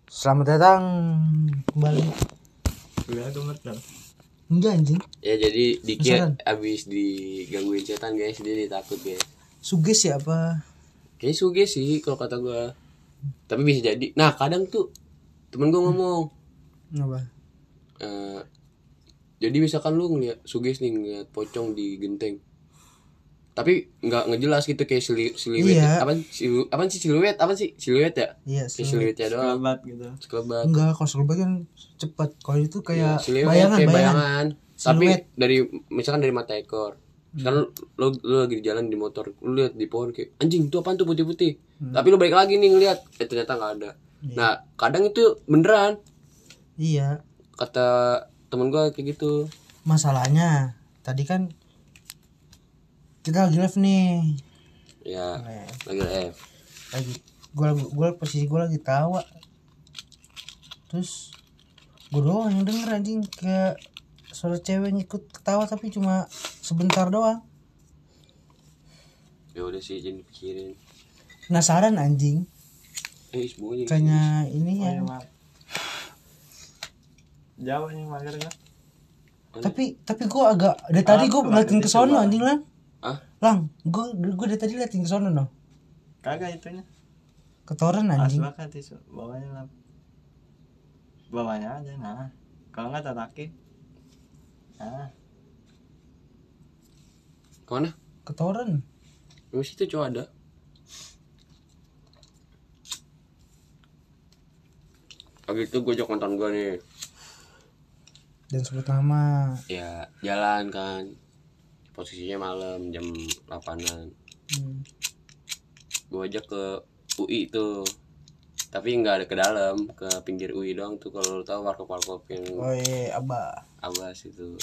Selamat datang kembali. Udah gemeter. Enggak anjing. Ya jadi Diki Besaran. abis digangguin setan guys, dia takut guys. Suges ya apa? Kayaknya suges sih kalau kata gua. Tapi bisa jadi. Nah kadang tuh temen gua ngomong, Apa? jadi misalkan lu ngeliat suges nih, ngeliat pocong di genteng, tapi nggak ngejelas gitu kayak siluet. Iya. Apaan sih siluet? Apa sih siluet ya? Iya, Kayak siluetnya doang. Kelebat gitu. Sekelebat. Enggak, kalau sekelebat kan cepat. Kalau itu kayak Siluet bayangan, kayak bayangan. bayangan. Tapi Siluet. dari misalkan dari mata ekor. Sekarang lu lagi di jalan di motor, lu lihat di pohon kayak anjing tuh apaan tuh putih-putih. Tapi lu balik lagi nih ngeliat, ternyata nggak ada. Nah kadang itu beneran Iya. kata temen gua kayak gitu. Masalahnya tadi kan kita lagi live nih. Ya Live. lagi F. Lagi gua posisi gua lagi tawa. Terus gua doang yang denger anjing, kayak suara cewek ngikut ketawa tapi cuma sebentar doang. Ya udah sih jangan dipikirin. Penasaran anjing. Semuanya. Kayaknya ini Oh, ya. iya, Mak. Jawa nih mager kan? Tapi gua agak dari tadi gua ngeliatin ke sono anjing lah. Ah? Lang, gua dari tadi liatin ke sono no. Kagak itunya. Ketoran anjing. Asbak tisu bawahnya lap. Bawahnya aja nah. Kalau enggak tataki. Nah, Kemana? Ketoran. Emang situ cowok ada. Abis itu gue ajak nonton gue nih. Dan sebut nama. Ya jalan kan. Posisinya malam jam 8-an. Gue ajak ke UI tuh. Tapi nggak ada ke dalam, ke pinggir UI doang tuh. Kalau lo tahu warkop-warkop yang Oh iya, Abah. Abbas itu.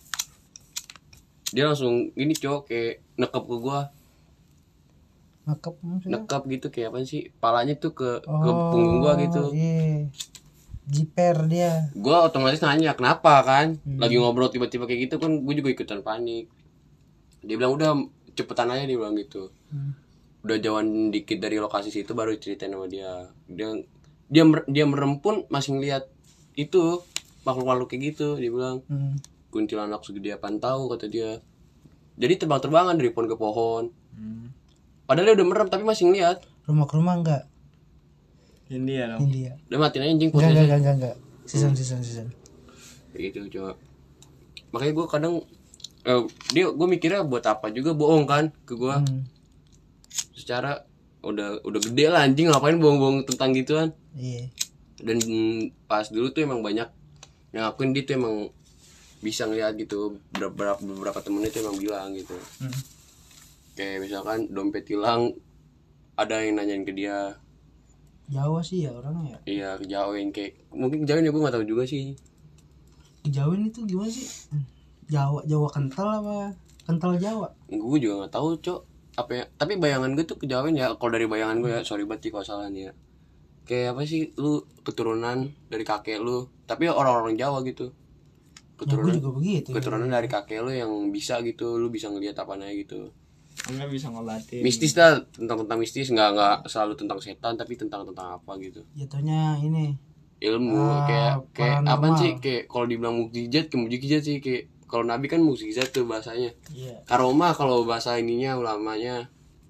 Dia langsung gini cowok kayak nekep ke gue. Ngekep maksudnya. Nekep gitu kayak apa sih? Palanya tuh ke punggung gue gitu. Iya. Jiper dia. Gue otomatis nanya kenapa kan. Lagi ngobrol tiba-tiba kayak gitu kan, gue juga ikutan panik. Dia bilang udah cepetan aja, dia bilang gitu. Udah jauhan dikit dari lokasi situ baru ceritain sama dia. Dia merem pun masih ngeliat itu makhluk-makhluk kayak gitu. Dia bilang kuntilanak segede apaan tahu kata dia. Jadi terbang-terbangan dari pohon ke pohon. Padahal dia udah merem tapi masih ngeliat. Rumah ke rumah enggak? India dong. India. Udah matiin aja anjing posisi. Enggak. Season. Kayak gitu coba. Makanya gue kadang gue mikirnya buat apa juga bohong kan ke gue. Secara udah gede lah anjing, ngapain bohong-bohong tentang gituan. Iya. Dan pas dulu tuh emang banyak yang ngakuin dia tuh emang bisa ngeliat gitu. Beberapa temennya tuh emang bilang gitu. Kayak misalkan dompet hilang, ada yang nanyain ke dia. Jawa sih ya orangnya ya. Iya kejauhin kayak mungkin kejauhin ya, gue nggak tahu juga sih. Kejauhin itu gimana sih? Jawa kental apa? Kental Jawa. Gue juga nggak tahu cok apa ya. Tapi bayangan gue tuh kejauhin ya. Kalau dari bayangan gue ya, sorry banget sih kalau salah nih ya. Kayak apa sih, lu keturunan dari kakek lu, tapi orang-orang Jawa gitu. Gue juga begitu. Keturunan dari kakek lu yang bisa gitu, lu bisa ngeliat apa aja gitu. Enggak bisa ngobatin. Mistis lah, tentang mistis, nggak selalu tentang setan tapi tentang apa gitu. Jatuhnya ini Ilmu kayak paranormal. apa sih, kayak kalau dibilang mukjizat sih, kayak kalau nabi kan mukjizat tuh bahasanya. Iya. Karomah kalau bahasa ininya ulamanya.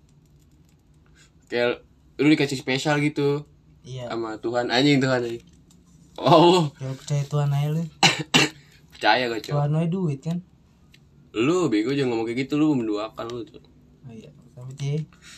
Kayak lu dikasih spesial gitu. Iya. Sama Tuhan anjing. Oh, Kalau percaya Tuhan aja lu. percaya gak cowok. Tuhan aja duit kan. Lu bego jangan ngomong kayak gitu, lu menduakan lu tuh. Oh iya, tapi sih.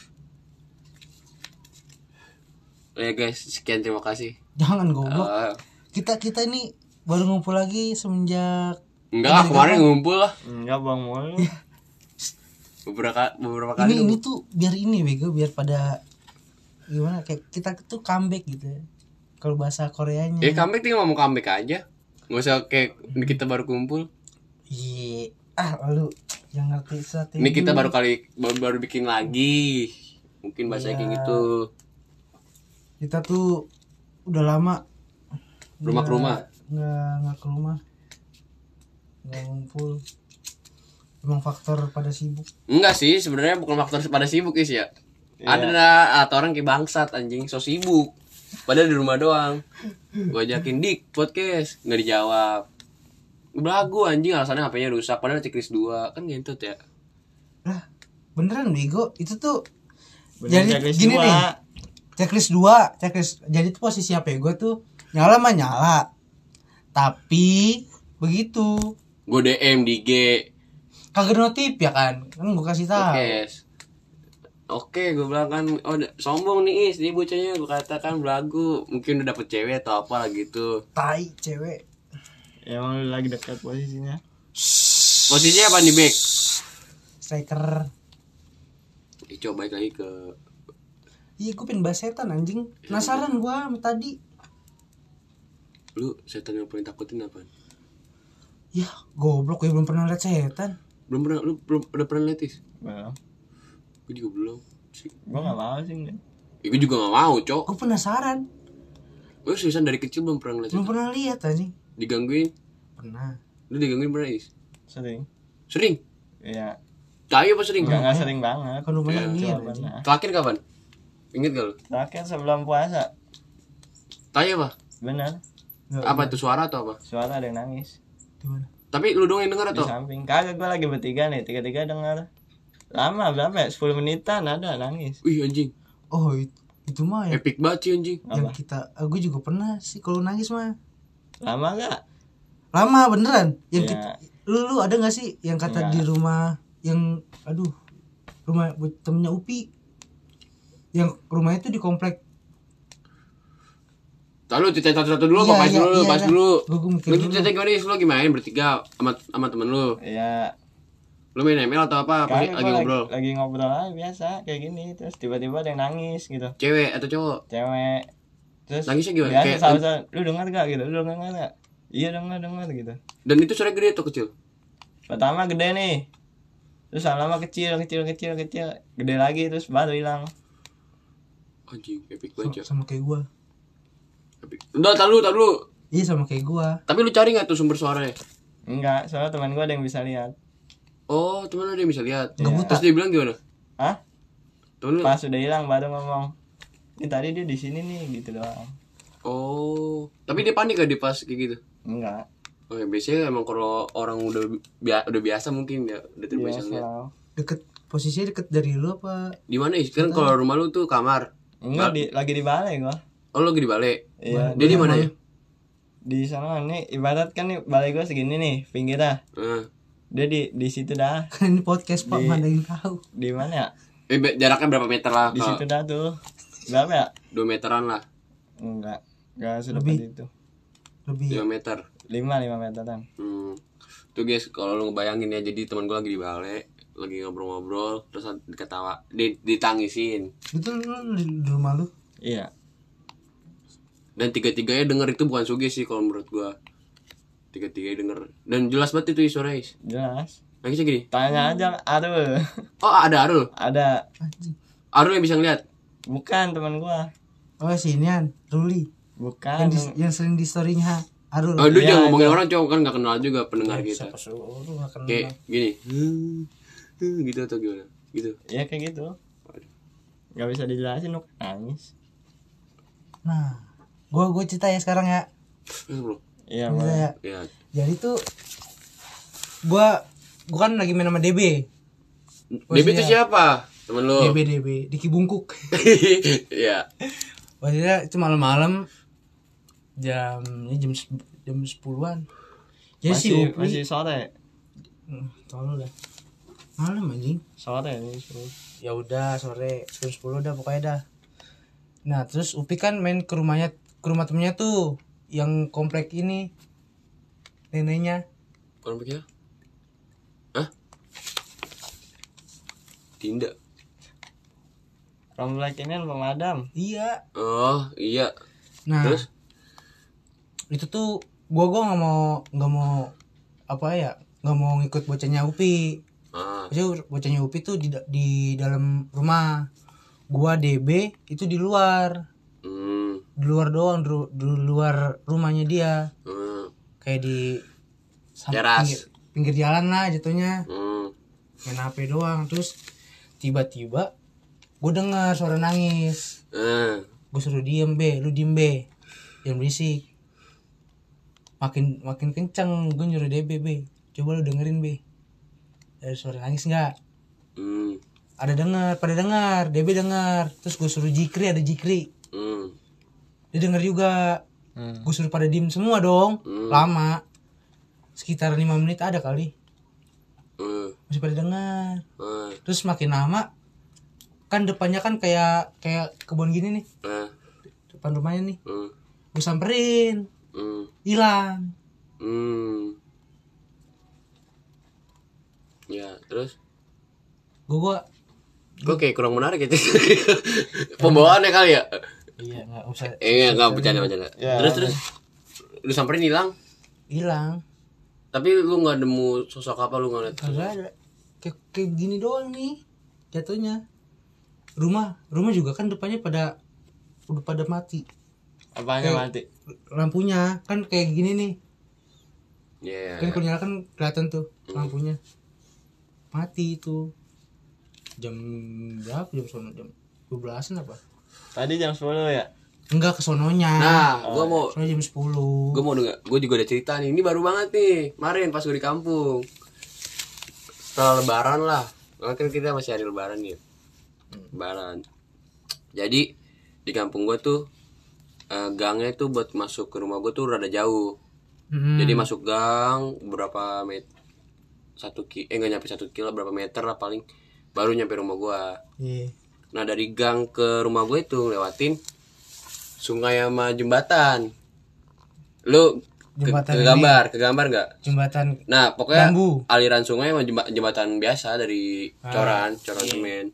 Ya guys, sekian terima kasih. Jangan goblok. Kita ini baru ngumpul lagi semenjak Enggak, kemarin ngumpul lah. Enggak bang mulu. beberapa kali. ini tuh biar ini bego, biar pada gimana, kayak kita tuh comeback gitu ya. Kalau bahasa Koreanya. Comeback tinggal ngomong comeback aja. Enggak usah kayak kita baru kumpul. Iya. Lu yang ngerti strategi. Ini kita baru bikin lagi. Mungkin bahasanya kayak gitu. Kita tuh udah lama Rumah ke rumah. Nggak ke rumah. Nggak ngumpul. Emang faktor pada sibuk. Enggak sih, sebenarnya bukan faktor pada sibuk is ya. Iya. Ada atau orang kayak bangsat anjing, so sibuk. Padahal di rumah doang. Gue ajakin Dik podcast, nggak dijawab. Belagu anjing, alasannya HP-nya rusak. Padahal checklist 2 kan ngentut ya. Lah, beneran bego. Itu tuh Bener, jadi checklist gini 2. nih. Checklist. Jadi tuh posisi HP gue tuh nyala mah nyala. Tapi begitu Gue DM di IG. kagak notif ya kan gue kasih tahu. Oke, gue bilang kan, oh sombong nih Is, dia bocahnya gue katakan belagu, mungkin udah dapet cewek atau apa lah gitu. Tai cewek. Ya, emang lu lagi dekat posisinya. Posisinya apa nih back? Striker. Coba balik lagi ke. Iya gue pengen bahas setan anjing. Penasaran gue sama tadi. Lu setan yang paling takutin apa? Ya goblok gue belum pernah lihat setan. Belum pernah, lu belum udah pernah lihat Is? Belum. Gue juga belum sih. Gue gak mau sih enggak. Ya, gue juga gak mau cok. Gue penasaran. Gue seriusan dari kecil belum pernah ngeliat Belum setan. pernah lihat anjing. Digangguin. Pernah. Lu digangguin pernah Is? Sering. Sering? Iya. Cahy apa sering? Enggak sering banget. Kan rumahnya Ya, ngir Cuma anjing. pernah. Terakhir kapan? Ingat gak lu? Terakhir sebelum puasa. Cahy apa? Bener. Nggak, Apa itu suara atau apa? Suara ada yang nangis. di mana? Tapi lu doang yang denger Di atau? samping. Kagak, gue lagi bertiga nih. Tiga-tiga dengar. Lama berapa ya? 10 menitan ada nangis. Wih anjing, Oh itu mah ya. epic banget sih anjing. Yang Apa? kita gue juga pernah sih kalau nangis mah. Lama gak? Lama beneran. Yang Ya. kita, lu ada gak sih yang kata Enggak. di rumah yang rumah temennya Upi yang rumahnya tuh di komplek. Lalu cerita satu dulu, Iya, bahas iya, dulu, iya, bahas dah. dulu. Gua mikir Lu dulu. cerita gimana Is? Lu lagi main bertiga sama temen lu. Iya. Lu main ML atau apa? Apa Kagak, lagi gua ngobrol? lagi ngobrol aja biasa kayak gini. Terus tiba-tiba ada yang nangis gitu. Cewek atau cowok? Cewek. Terus Nangisnya gimana? biasa Kayak- salah lu dengar gak gitu? Lu dengar gak? Iya dengar gitu. Dan itu suara gede atau kecil? Pertama gede nih. Terus lama-lama kecil. Gede lagi terus baru hilang. Anjing, epic banget ya. Sama kayak gua. Epic. Udah, tar dulu. Iya sama kayak gua. Tapi lu cari gak tuh sumber suaranya? Enggak, soalnya teman gua ada yang bisa lihat. Oh, temen lu ada yang bisa lihat. Nggak Iya. buta. Terus dia bilang gimana? Hah? Temen lu? Pas udah hilang baru ngomong. Ini tadi dia di sini nih gitu doang. Oh, tapi dia panik gak di pas kayak gitu? Enggak. Oh ya, biasanya emang kalau orang udah biasa mungkin ya udah terbiasa Biasa. ngeliat. Deket posisinya deket dari lu apa? Di mana Is? Kan kalau rumah lu tuh kamar. Enggak, lagi di balai gua. Oh, lu lagi di balai. Iya. Dia di mana ya? Di sana nih ibarat kan nih balai gua segini nih pinggirnya. Heeh. Dia di situ dah. Kan ini podcast Pak, Di- mana yang tahu. Di mana ya? Jaraknya berapa meter lah? Di situ dah tuh. Berapa ya? 2 meteran lah. Enggak. Enggak sedekat Lebih. itu. 5 Lebih. meter. 5 meteran. Tuh guys, kalau lu ngebayangin ya, jadi teman gua lagi di balai, lagi ngobrol-ngobrol, terus diketawa, ditangisin. Itu lu di rumah lu. Iya. Dan tiga-tiganya denger itu bukan suge sih kalau menurut gua. Tiga-tiganya denger. Dan jelas banget itu suara Is. Jelas. Nangisnya gini. Tanya aja Arul. Oh, ada Arul. Ada. Anjing. Arul yang bisa ngeliat. Bukan teman gua. Oh si Inian, Ruli. Bukan. Yang sering di story-nya Arul. Oh, lu Iya, jangan ngomongin itu. orang cowok kan gak kenal juga pendengar kita. Siapa suruh lu gak kenal. Kayak gini. Gitu atau gimana? Gitu. Ya kayak gitu. Gak bisa dijelasin lu nangis. Nah, gua cerita ya sekarang ya. Terus bro. Iya, Cerita boleh. ya. Ya. Jadi tuh gua kan lagi main sama DB. DB itu siapa? Temen lu. DB Diki Bungkuk. Iya. Maksudnya itu malam-malam jam 10-an. Jadi si Upi Masih sore. tolong dah. Malam anjing. Sore nih. Ya udah sore 10 dah pokoknya dah. Nah, terus Upi kan main ke rumah temennya tuh yang komplek ini. Neneknya. Orang pikir? Hah? Tindak. Komplek ini kan pemadam. Iya. Oh, iya. Nah, Terus? itu tuh gua nggak mau apa ya? Nggak mau ngikut bocahnya Upi. Ah. Maksudnya bocahnya Upi tuh di dalam rumah. Gua DB itu di luar. Di luar doang, di luar rumahnya dia. Kayak di Teras. pinggir jalan lah jatuhnya. Main HP doang. Terus tiba-tiba gue dengar suara nangis. gue suruh diem be, lu diem be, jangan berisik. Makin kencang gue nyuruh DB be, coba lu dengerin be, ada suara nangis nggak? Ada dengar, pada dengar, DB dengar. Terus gue suruh Jikri, ada Jikri, dia denger juga. Gue suruh pada diem semua dong. Lama sekitar 5 menit ada kali, masih pada dengar. Terus makin lama kan depannya kan kayak kebun gini nih, depan rumahnya nih. Gue samperin, hilang. Ya terus Gue kayak kurang menarik gitu. Pembawaannya kali ya. iya nggak usah. Nggak bercanda. Ya, Terus lu samperin hilang. Tapi lu nggak nemu sosok apa, lu nggak lihat? Kagak ada. Kayak gini doang nih jatuhnya. Rumah juga kan depannya udah pada mati. Apanya mati? Lampunya kan kayak gini nih. Iya. Kan kalau nyala kan kelihatan tuh lampunya. Mati itu. Jam berapa? Jam 12-an apa? Tadi jam 10 ya? Enggak, kesononya. Nah, Soalnya jam 10. gue mau denger, gue juga ada cerita nih. Ini baru banget nih, kemarin pas gue di kampung. Setelah lebaran lah, kan kita masih hari lebaran nih. Lebaran. Jadi di kampung gue tuh gangnya tuh buat masuk ke rumah gue tuh rada jauh. Jadi masuk gang berapa meter, nggak nyampe 1 kilo, berapa meter lah paling, baru nyampe rumah gue. Nah dari gang ke rumah gue itu lewatin sungai sama jembatan. Lu ke gambar nggak? Jembatan. Nah pokoknya bambu. aliran sungai sama jembatan biasa dari coran semen.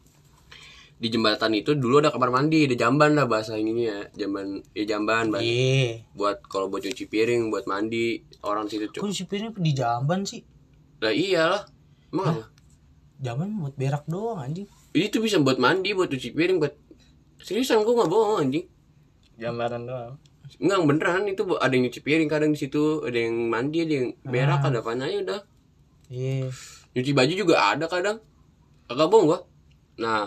Di jembatan itu dulu ada kamar mandi, ada jamban lah bahasa ininya, jamban bahasa. Buat kalau buat cuci piring, buat mandi orang situ. Kok cuci piring di jamban sih? Lah iyalah, emang apa? Jamban buat berak doang anjing. Itu bisa buat mandi, buat cuci piring, buat seriusan gue nggak bohong anjing. Gambaran doang. Enggak beneran, itu ada yang nyuci piring kadang di situ, ada yang mandi, ada yang berak, ada apaan aja udah. Nyuci baju juga ada kadang. Agak bohong gua. Nah,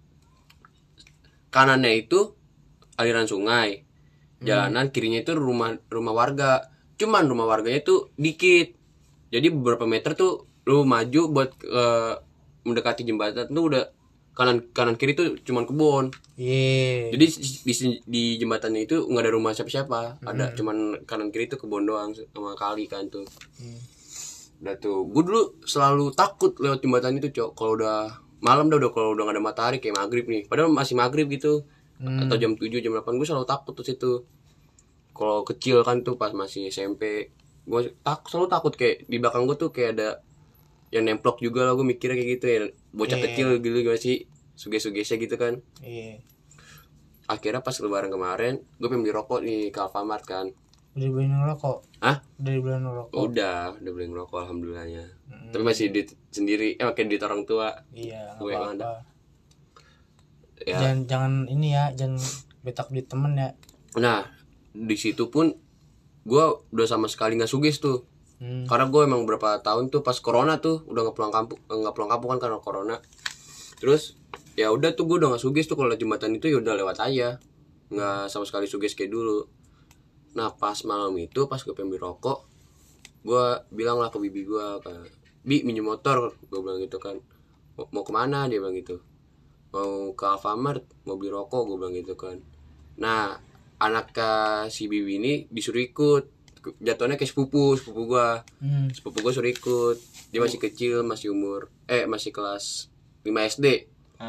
kanannya itu aliran sungai. Jalanan kirinya itu rumah warga. Cuman rumah warganya itu dikit. Jadi beberapa meter tuh lu maju buat mendekati jembatan tuh udah kanan kiri tuh cuman kebun. Jadi di jembatannya itu nggak ada rumah siapa-siapa. Ada cuman kanan kiri tuh kebun doang sama kali kan tuh. Udah tuh, gue dulu selalu takut lewat jembatan itu, Cok. Kalau udah malam kalau udah nggak ada matahari kayak maghrib nih. Padahal masih maghrib gitu. Atau jam 7, jam 8 gue selalu takut tuh situ. Kalau kecil kan tuh pas masih SMP, gue selalu takut kayak di belakang gue tuh kayak ada yang nemplok juga lah, gue mikirnya kayak gitu ya, bocah kecil gitu gak sih, suges-sugesnya gitu kan. Akhirnya pas lebaran kemarin gue pengen beli rokok nih ke Alfamart kan. Udah beli rokok? Hah? Udah beli rokok? Udah beli rokok alhamdulillahnya. Tapi masih duit sendiri, pakai duit orang tua. Iya, gue yang ada. Ya. Jangan ini ya, jangan betak duit temen ya. Nah di situ pun gue udah sama sekali nggak suges tuh. Karena gue emang berapa tahun tuh pas corona tuh udah nggak pulang kampung kan karena corona. Terus ya udah tuh gue udah nggak suges tuh kalau jembatan itu ya udah lewat aja, nggak sama sekali suges kayak dulu. Nah pas malam itu pas gue pengen beli rokok, gue bilang lah ke bibi gue, Bi minjem motor, gue bilang gitu kan. Mau kemana, dia bilang gitu. Mau ke Alfamart, mau beli rokok, gue bilang gitu kan. Nah anak si bibi ini disuruh ikut, jatuhnya kayak sepupu gue. Sepupu gue suruh ikut. Dia masih kecil, masih masih kelas 5 SD.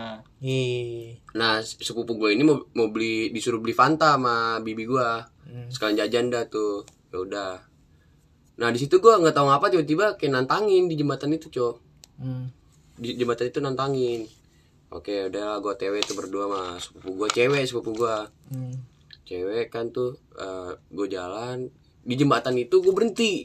Nah sepupu gue ini mau disuruh beli Fanta sama bibi gue. Sekalian jajan dah tuh. Ya udah. Nah di situ gue nggak tahu ngapa tiba-tiba kayak nantangin di jembatan itu, Cok. Di jembatan itu nantangin. Oke, udah gue TW tuh berdua sama sepupu gue, sepupu gue. Cewek kan tuh, gue jalan di jembatan itu, gue berhenti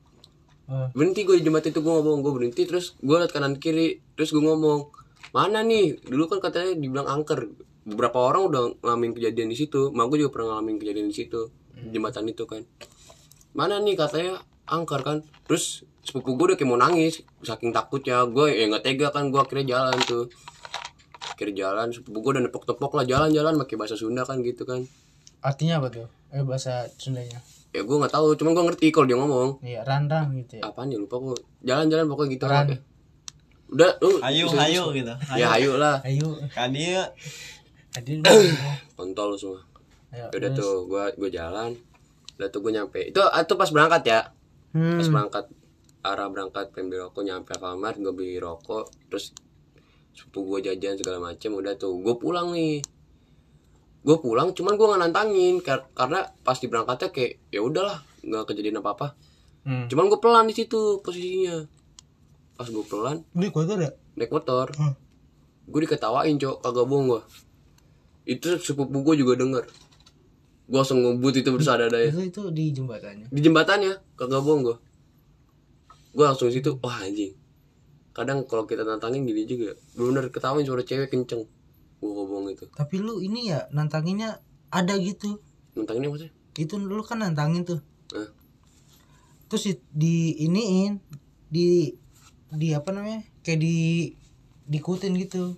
gue di jembatan itu, gue ngomong, gue berhenti, terus gue liat kanan kiri, terus gue ngomong, mana nih, dulu kan katanya dibilang angker, beberapa orang udah ngalamin kejadian di situ, mak gue juga pernah ngalamin kejadian di situ, di jembatan itu kan, mana nih katanya angker kan, terus sepupu gue udah kayak mau nangis, saking takutnya, gue ya nggak tega kan, gue akhirnya jalan tuh, akhir jalan sepupu gue udah nepok-tepok lah jalan-jalan pakai bahasa Sunda kan gitu kan. Artinya apa tuh? Bahasa Sundanya. Ya gue nggak tahu, cuman gue ngerti kalau dia ngomong. Iya, randang gitu ya. Apaan ya lupa gue. Jalan-jalan pokoknya gitu Ran. aja. Udah lu Hayu gitu. Ya hayu lah. Ayo. Kan dia Tadi Kontol lu semua. Ayo, Udah terus. tuh gue jalan. Udah tuh gue nyampe. Itu pas berangkat ya. Pas berangkat arah berangkat pengen beli rokok nyampe Alfamart gue beli rokok terus sepupu gue jajan segala macem. Udah tuh gue pulang nih. Gue pulang cuman gue nggak nantangin karena pas di berangkatnya kayak ya udahlah nggak kejadian apa apa. Cuman gue pelan di situ posisinya. Pas gue pelan Ini gua tuh ada. naik motor gue diketawain cok kagak bohong gue. Itu sepupu gue juga denger. Gue langsung ngebut itu bersadada ya Itu di jembatannya. di jembatannya kagak bohong gue langsung situ wah anjing. Kadang kalau kita nantangin gini juga bener ketawain suara cewek kenceng. Gue bohong itu Tapi lu ini ya nantanginnya ada gitu. nantangin apa sih? Itu lu kan nantangin tuh. Eh. Terus di iniin di apa namanya? Kayak diikutin gitu.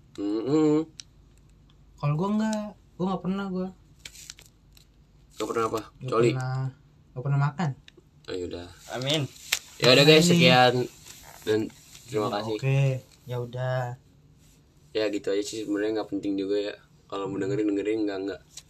Kalau gua enggak pernah gua. Gak pernah apa? Nggak Coli? Gak pernah makan. Ayo udah. amin. Ya udah guys sekian dan terima kasih. Oke, ya udah. Ya gitu aja sih sebenarnya nggak penting juga ya. Kalau mau dengerin enggak.